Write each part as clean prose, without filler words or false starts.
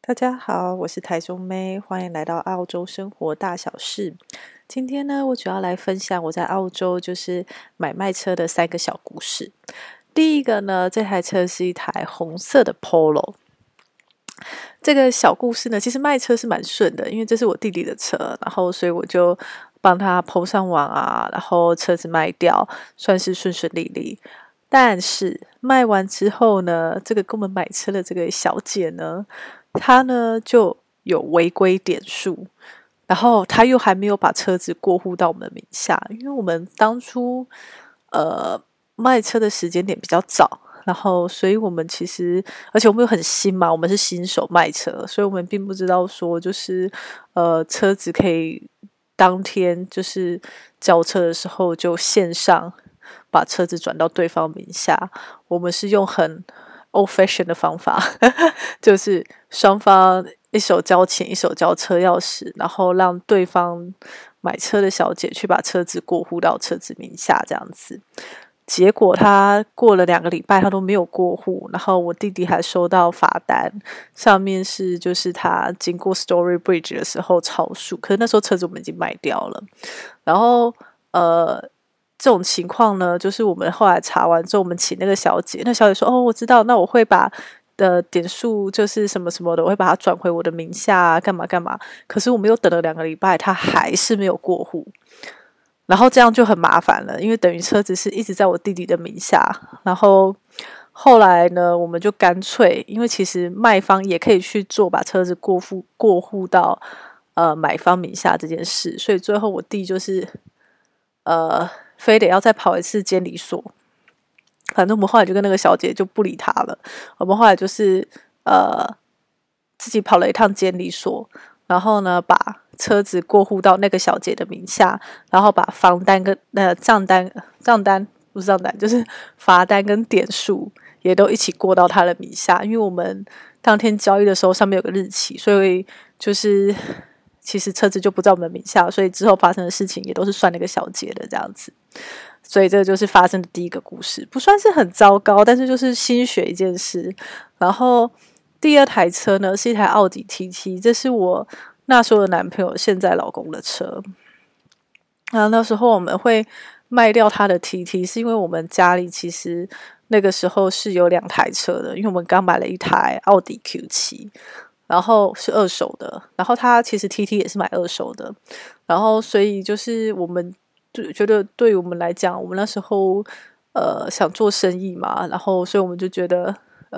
大家好，我是台中妹，欢迎来到澳洲生活大小事。今天呢，我主要来分享我在澳洲就是买卖车的3个小故事。第一个呢，这台车是一台红色的 Polo。这个小故事呢，其实卖车是蛮顺的，因为这是我弟弟的车，然后所以我就帮他 po 上网啊，然后车子卖掉，算是顺顺利利。但是卖完之后呢，这个跟我们买车的这个小姐呢，她呢就有违规点数，然后她又还没有把车子过户到我们的名下，因为我们当初卖车的时间点比较早，然后所以我们其实，而且我们又很新嘛，我们是新手卖车，所以我们并不知道说就是车子可以当天就是交车的时候就线上把车子转到对方名下，我们是用很 old fashion 的方法，就是双方一手交钱一手交车钥匙，然后让对方买车的小姐去把车子过户到车子名下这样子。结果他过了2个礼拜，他都没有过户，然后我弟弟还收到罚单，上面是就是他经过 Story Bridge 的时候超速，可是那时候车子我们已经卖掉了。然后这种情况呢，就是我们后来查完之后，我们请那个小姐，那小姐说：“哦，我知道，那我会把点数就是什么什么的，我会把它转回我的名下啊，干嘛干嘛。”可是我们又等了2个礼拜，他还是没有过户。然后这样就很麻烦了，因为等于车子是一直在我弟弟的名下。然后后来呢，我们就干脆，因为其实卖方也可以去做把车子过户到买方名下这件事，所以最后我弟就是非得要再跑一次监理所。反正我们后来就跟那个小姐就不理他了，我们后来就是自己跑了一趟监理所，然后呢把车子过户到那个小姐的名下，然后把房单跟账单不是账单，就是罚单跟点数也都一起过到她的名下。因为我们当天交易的时候上面有个日期，所以就是其实车子就不在我们的名下，所以之后发生的事情也都是算那个小姐的这样子。所以这个就是发生的第一个故事，不算是很糟糕，但是就是新学一件事。然后第二台车呢是一台奥迪 TT， 这是我那时候的男朋友现在老公的车。然后那时候我们会卖掉他的 TT， 是因为我们家里其实那个时候是有2台车的，因为我们刚买了一台奥迪 Q7， 然后是二手的，然后他其实 TT 也是买二手的，然后所以就是我们就觉得对于我们来讲，我们那时候想做生意嘛，然后所以我们就觉得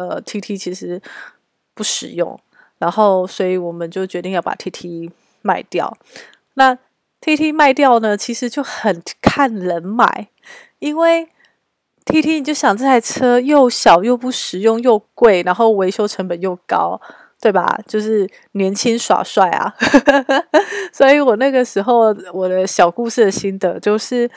TT 其实不实用，然后所以我们就决定要把 TT 卖掉。那 TT 卖掉呢，其实就很看人买，因为 TT 你就想这台车又小又不实用又贵，然后维修成本又高，对吧？就是年轻耍帅啊。所以我那个时候我的小故事的心得就是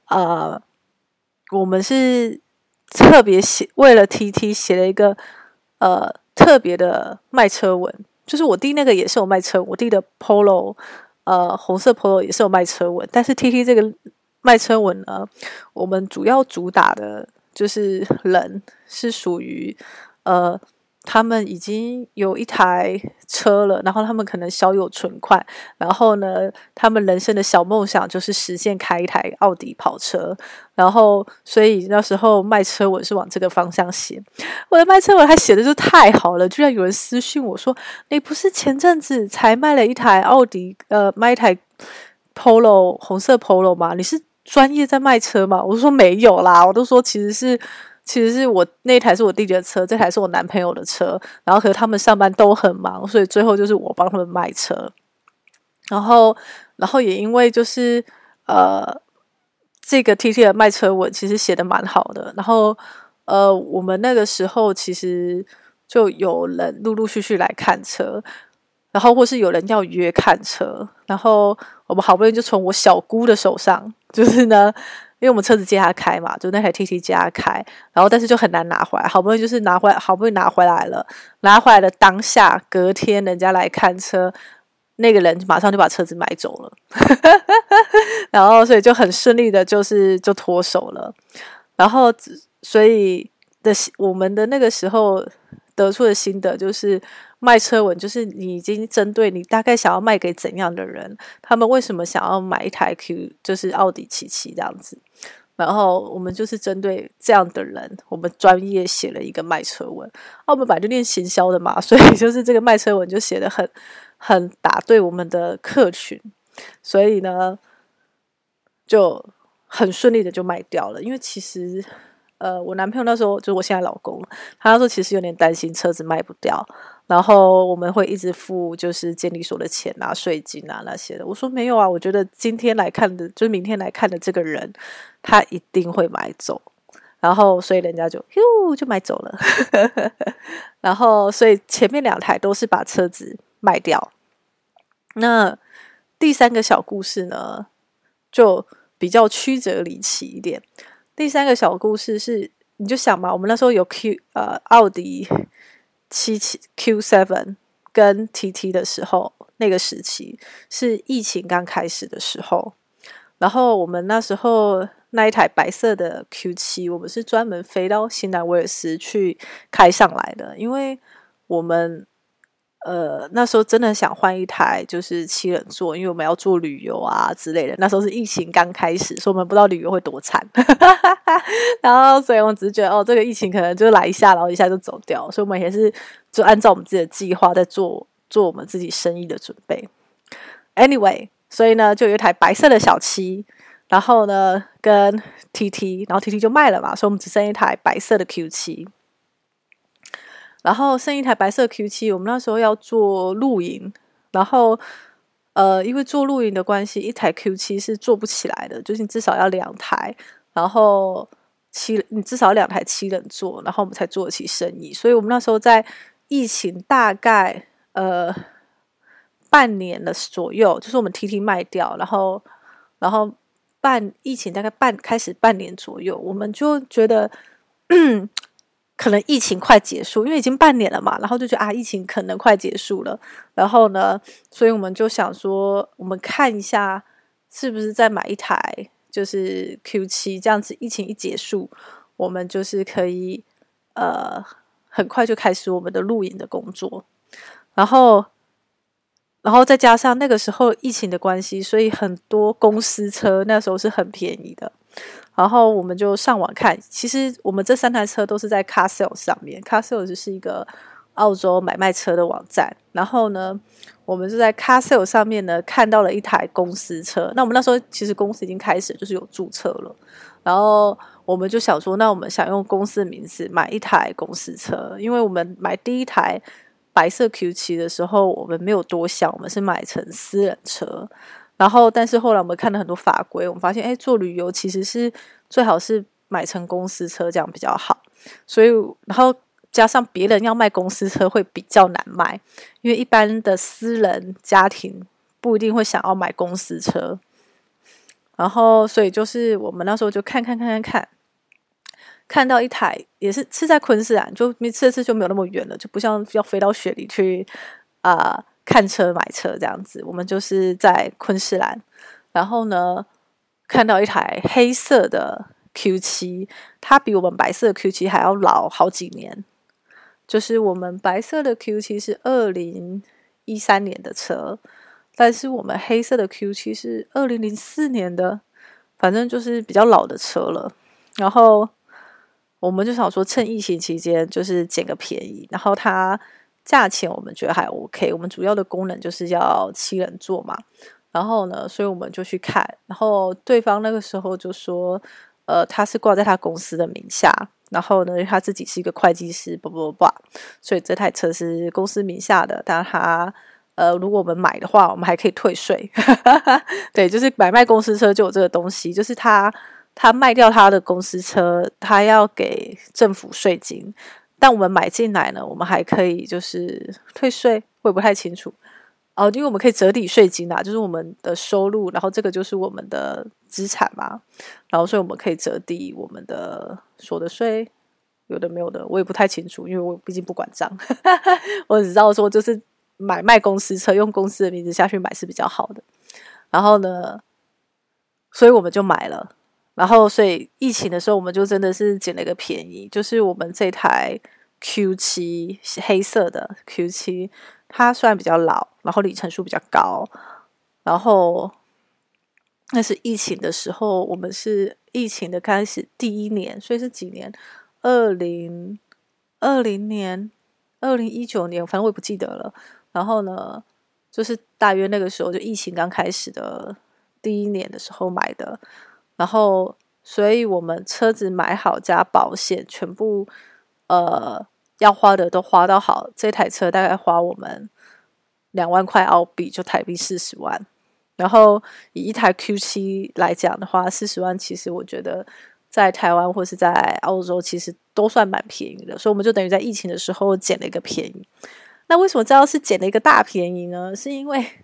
我们是特别为了 TT 写了一个特别的卖车文，就是我弟那个也是有卖车文，我弟的 Polo 红色 Polo 也是有卖车文，但是 TT 这个卖车文呢，我们主要主打的就是人是属于他们已经有一台车了，然后他们可能小有存款，然后呢，他们人生的小梦想就是实现开一台奥迪跑车，然后所以那时候卖车文是往这个方向写。我的卖车文还写的就太好了，居然有人私讯我说：“你不是前阵子才卖了一台奥迪，卖一台 Polo 红色 Polo 吗？你是专业在卖车吗？”我说没有啦，我都说其实是我那一台是我弟弟的车，这台是我男朋友的车，然后可是他们上班都很忙，所以最后就是我帮他们卖车。然后也因为就是这个 TT 的卖车文其实写的蛮好的，然后我们那个时候其实就有人陆陆续续来看车，然后或是有人要约看车，然后我们好不容易就从我小姑的手上，就是呢，因为我们车子借他开嘛，就那台 TT 借他开，然后但是就很难拿回来，好不容易就是好不容易拿回来了，拿回来的当下，隔天人家来看车，那个人马上就把车子买走了，然后所以就很顺利的就脱手了，然后所以我们的那个时候得出的心得就是，卖车文就是你已经针对你大概想要卖给怎样的人，他们为什么想要买一台 就是奥迪77这样子。然后我们就是针对这样的人，我们专业写了一个卖车文。我们本来就练行销的嘛，所以就是这个卖车文就写得很打对我们的客群，所以呢就很顺利的就卖掉了。因为其实我男朋友那时候就是我现在老公，他那时候其实有点担心车子卖不掉，然后我们会一直付就是监理所的钱啊、税金啊那些的。我说没有啊，我觉得今天来看的，就是明天来看的这个人，他一定会买走。然后所以人家就买走了。然后所以前面2台都是把车子卖掉。那第3个小故事呢，就比较曲折离奇一点。第3个小故事是，你就想嘛，我们那时候有奥迪77 Q7 跟 TT 的时候，那个时期是疫情刚开始的时候，然后我们那时候那一台白色的 Q7，我们是专门飞到新南威尔斯去开上来的，因为我们那时候真的想换一台就是7人座，因为我们要做旅游啊之类的。那时候是疫情刚开始，所以我们不知道旅游会多惨。然后所以我们只是觉得这个疫情可能就来一下，然后一下就走掉，所以我们也是就按照我们自己的计划在做我们自己生意的准备。Anyway， 所以呢就有一台白色的小7，然后呢跟 TT， 然后 TT 就卖了嘛，所以我们只剩一台白色的 Q7。然后剩一台白色 Q7， 我们那时候要做露营，然后因为做露营的关系，一台 Q7 是做不起来的，就是你至少要2台，然后你至少要2台7人座，然后我们才做得起生意。所以我们那时候在疫情大概半年的左右，就是我们 TT 卖掉，然后疫情大概开始半年左右，我们就觉得可能疫情快结束，因为已经半年了嘛，然后就觉得疫情可能快结束了，然后呢，所以我们就想说，我们看一下是不是再买一台就是 Q7， 这样子疫情一结束，我们就是可以很快就开始我们的露营的工作，然后再加上那个时候疫情的关系，所以很多公司车那时候是很便宜的。然后我们就上网看，其实我们这3台车都是在 Car Sales 上面。Car Sales 是一个澳洲买卖车的网站。然后呢，我们就在 Car Sales 上面呢看到了一台公司车。那我们那时候其实公司已经开始就是有注册了。然后我们就想说，那我们想用公司的名字买一台公司车，因为我们买第一台白色 Q7 的时候，我们没有多想，我们是买成私人车。然后但是后来我们看了很多法规，我们发现做旅游其实是最好是买成公司车，这样比较好。所以然后加上别人要卖公司车会比较难卖，因为一般的私人家庭不一定会想要买公司车。然后所以就是我们那时候就看到一台也是在昆士兰，就这次就没有那么远了，就不像要飞到雪梨去看车买车这样子。我们就是在昆士兰，然后呢看到一台黑色的 Q7， 它比我们白色的 Q7 还要老好几年。就是我们白色的 Q7 是2013年的车，但是我们黑色的 Q7 是2004年的，反正就是比较老的车了。然后我们就想说趁疫情期间就是捡个便宜，然后它价钱我们觉得还 OK， 我们主要的功能就是要7人座嘛。然后呢，所以我们就去看，然后对方那个时候就说他是挂在他公司的名下，然后呢他自己是一个会计师所以这台车是公司名下的，但他如果我们买的话，我们还可以退税。对，就是买卖公司车就有这个东西，就是他卖掉他的公司车，他要给政府税金，但我们买进来呢，我们还可以就是退税，我也不太清楚因为我们可以折抵税金就是我们的收入，然后这个就是我们的资产嘛，然后所以我们可以折抵我们的所得税，有的没有的我也不太清楚，因为我毕竟不管账。我只知道说就是买卖公司车，用公司的名字下去买是比较好的。然后呢，所以我们就买了。然后所以疫情的时候我们就真的是捡了一个便宜，就是我们这台 Q7 黑色的 Q7，它虽然比较老，然后里程数比较高，然后那是疫情的时候，我们是疫情的开始第一年，所以是几年？2020年、2019年，反正我也不记得了。然后呢，就是大约那个时候，就疫情刚开始的第一年的时候买的。然后，所以我们车子买好加保险，全部要花的都花到好。这台车大概花我们2万块澳币，就台币40万。然后以一台 Q7 来讲的话，40万其实我觉得在台湾或是在澳洲其实都算蛮便宜的，所以我们就等于在疫情的时候捡了一个便宜。那为什么知道是捡了一个大便宜呢？是因为，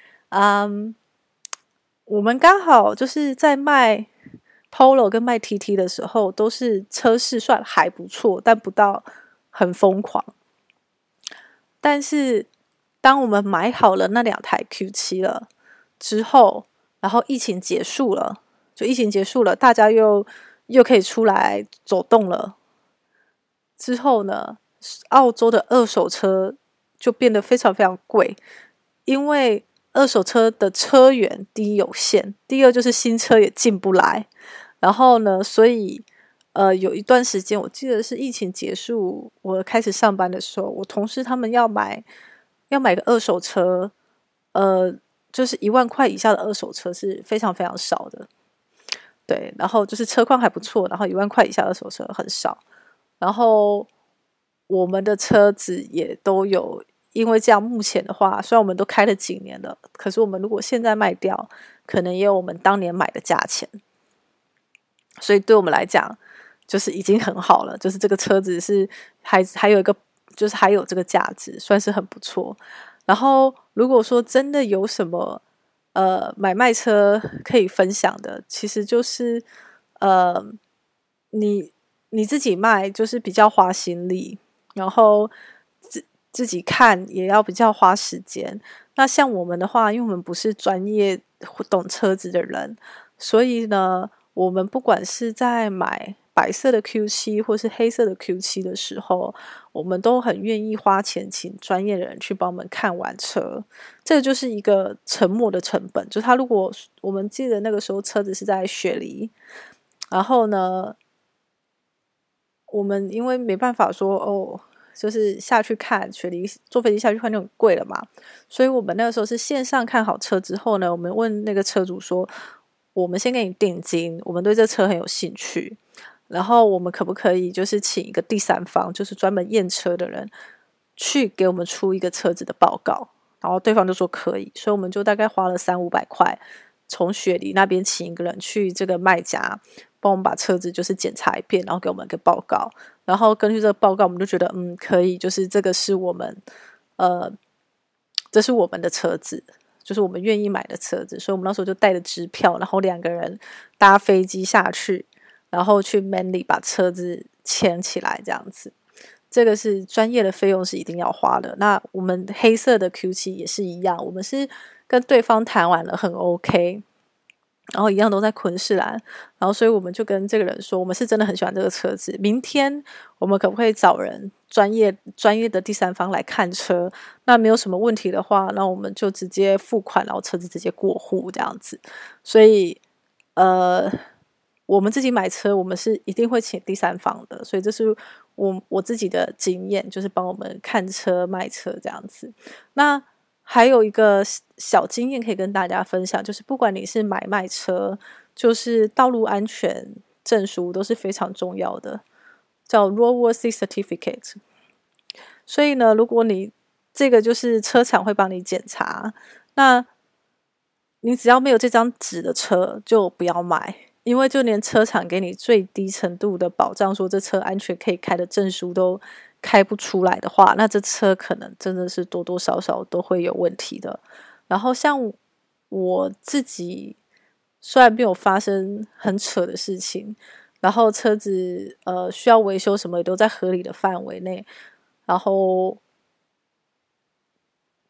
我们刚好就是在卖 Polo 跟卖 TT 的时候，都是车市算还不错，但不到很疯狂。但是当我们买好了那2台 Q7 了之后，然后疫情结束了，大家又可以出来走动了。之后呢，澳洲的二手车就变得非常非常贵，因为二手车的车源第一有限，第二就是新车也进不来。然后呢，所以有一段时间，我记得是疫情结束，我开始上班的时候，我同事他们要买个二手车，就是1万块以下的二手车是非常非常少的。对，然后就是车况还不错，然后1万块以下的二手车很少。然后我们的车子也都有，因为这样目前的话，虽然我们都开了几年了，可是我们如果现在卖掉，可能也有我们当年买的价钱。所以对我们来讲，就是已经很好了，就是这个车子是还有一个，就是还有这个价值，算是很不错。然后如果说真的有什么买卖车可以分享的，其实就是你自己卖就是比较花心力，然后自己看也要比较花时间。那像我们的话，因为我们不是专业懂车子的人，所以呢，我们不管是在买白色的 Q7 或是黑色的 Q7 的时候，我们都很愿意花钱请专业的人去帮我们看完车。这个就是一个沉没的成本，就是他如果我们记得那个时候车子是在雪梨，然后呢，我们因为没办法说就是下去看雪梨，坐飞机下去看就很贵了嘛，所以我们那个时候是线上看好车之后呢，我们问那个车主说，我们先给你定金，我们对这车很有兴趣，然后我们可不可以就是请一个第三方，就是专门验车的人去给我们出一个车子的报告，然后对方就说可以，所以我们就大概花了300-500块，从雪梨那边请一个人去这个卖家帮我们把车子就是检查一遍，然后给我们一个报告，然后根据这个报告，我们就觉得可以，就是这个是我们这是我们的车子，就是我们愿意买的车子，所以我们那时候就带着支票，然后2个人搭飞机下去，然后去 Manly 把车子牵起来，这样子。这个是专业的费用是一定要花的。那我们黑色的 Q7 也是一样，我们是跟对方谈完了很 OK， 然后一样都在昆士兰，然后所以我们就跟这个人说，我们是真的很喜欢这个车子，明天我们可不可以找人专业的第三方来看车？那没有什么问题的话，那我们就直接付款，然后车子直接过户这样子。所以我们自己买车，我们是一定会请第三方的，所以这是我自己的经验，就是帮我们看车卖车这样子。那还有一个小经验可以跟大家分享，就是不管你是买卖车，就是道路安全证书都是非常重要的，叫 Roadworthy Certificate。所以呢，如果你这个就是车厂会帮你检查，那你只要没有这张纸的车就不要买，因为就连车厂给你最低程度的保障，说这车安全可以开的证书都开不出来的话，那这车可能真的是多多少少都会有问题的。然后像我自己，虽然没有发生很扯的事情，然后车子需要维修什么也都在合理的范围内，然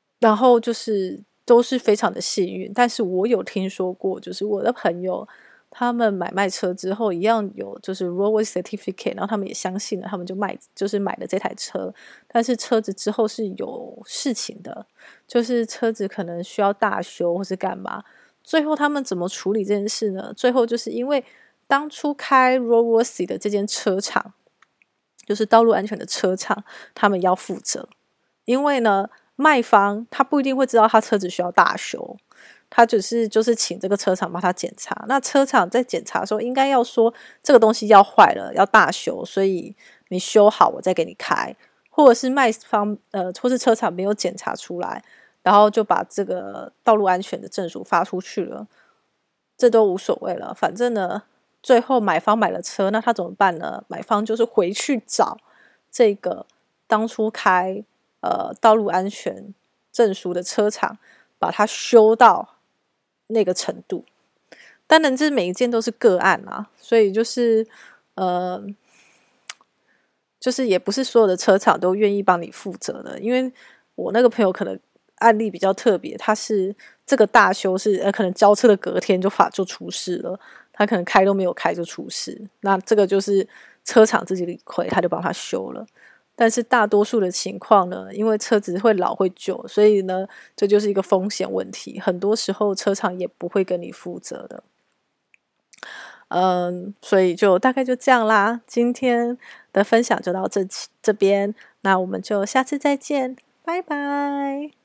后就是都是非常的幸运。但是我有听说过，就是我的朋友他们买卖车之后一样有就是 roadworthy certificate， 然后他们也相信了，他们就买了这台车，但是车子之后是有事情的，就是车子可能需要大修或是干嘛。最后他们怎么处理这件事呢？最后就是因为当初开 roadworthy 的这间车厂，就是道路安全的车厂，他们要负责。因为呢，卖方他不一定会知道他车子需要大修，他就是请这个车厂帮他检查。那车厂在检查的时候，应该要说这个东西要坏了，要大修，所以你修好我再给你开，或者是卖方或是车厂没有检查出来，然后就把这个道路安全的证书发出去了，这都无所谓了。反正呢，最后买方买了车，那他怎么办呢？买方就是回去找这个当初开道路安全证书的车厂，把它修到那个程度。当然，这每一件都是个案啊，所以就是也不是所有的车厂都愿意帮你负责的。因为我那个朋友可能案例比较特别，他是这个大修是可能交车的隔天就出事了，他可能开都没有开就出事，那这个就是车厂自己理亏，他就帮他修了。但是大多数的情况呢，因为车子会老会旧，所以呢，这就是一个风险问题。很多时候车厂也不会跟你负责的。所以就大概就这样啦。今天的分享就到这边，那我们就下次再见，拜拜。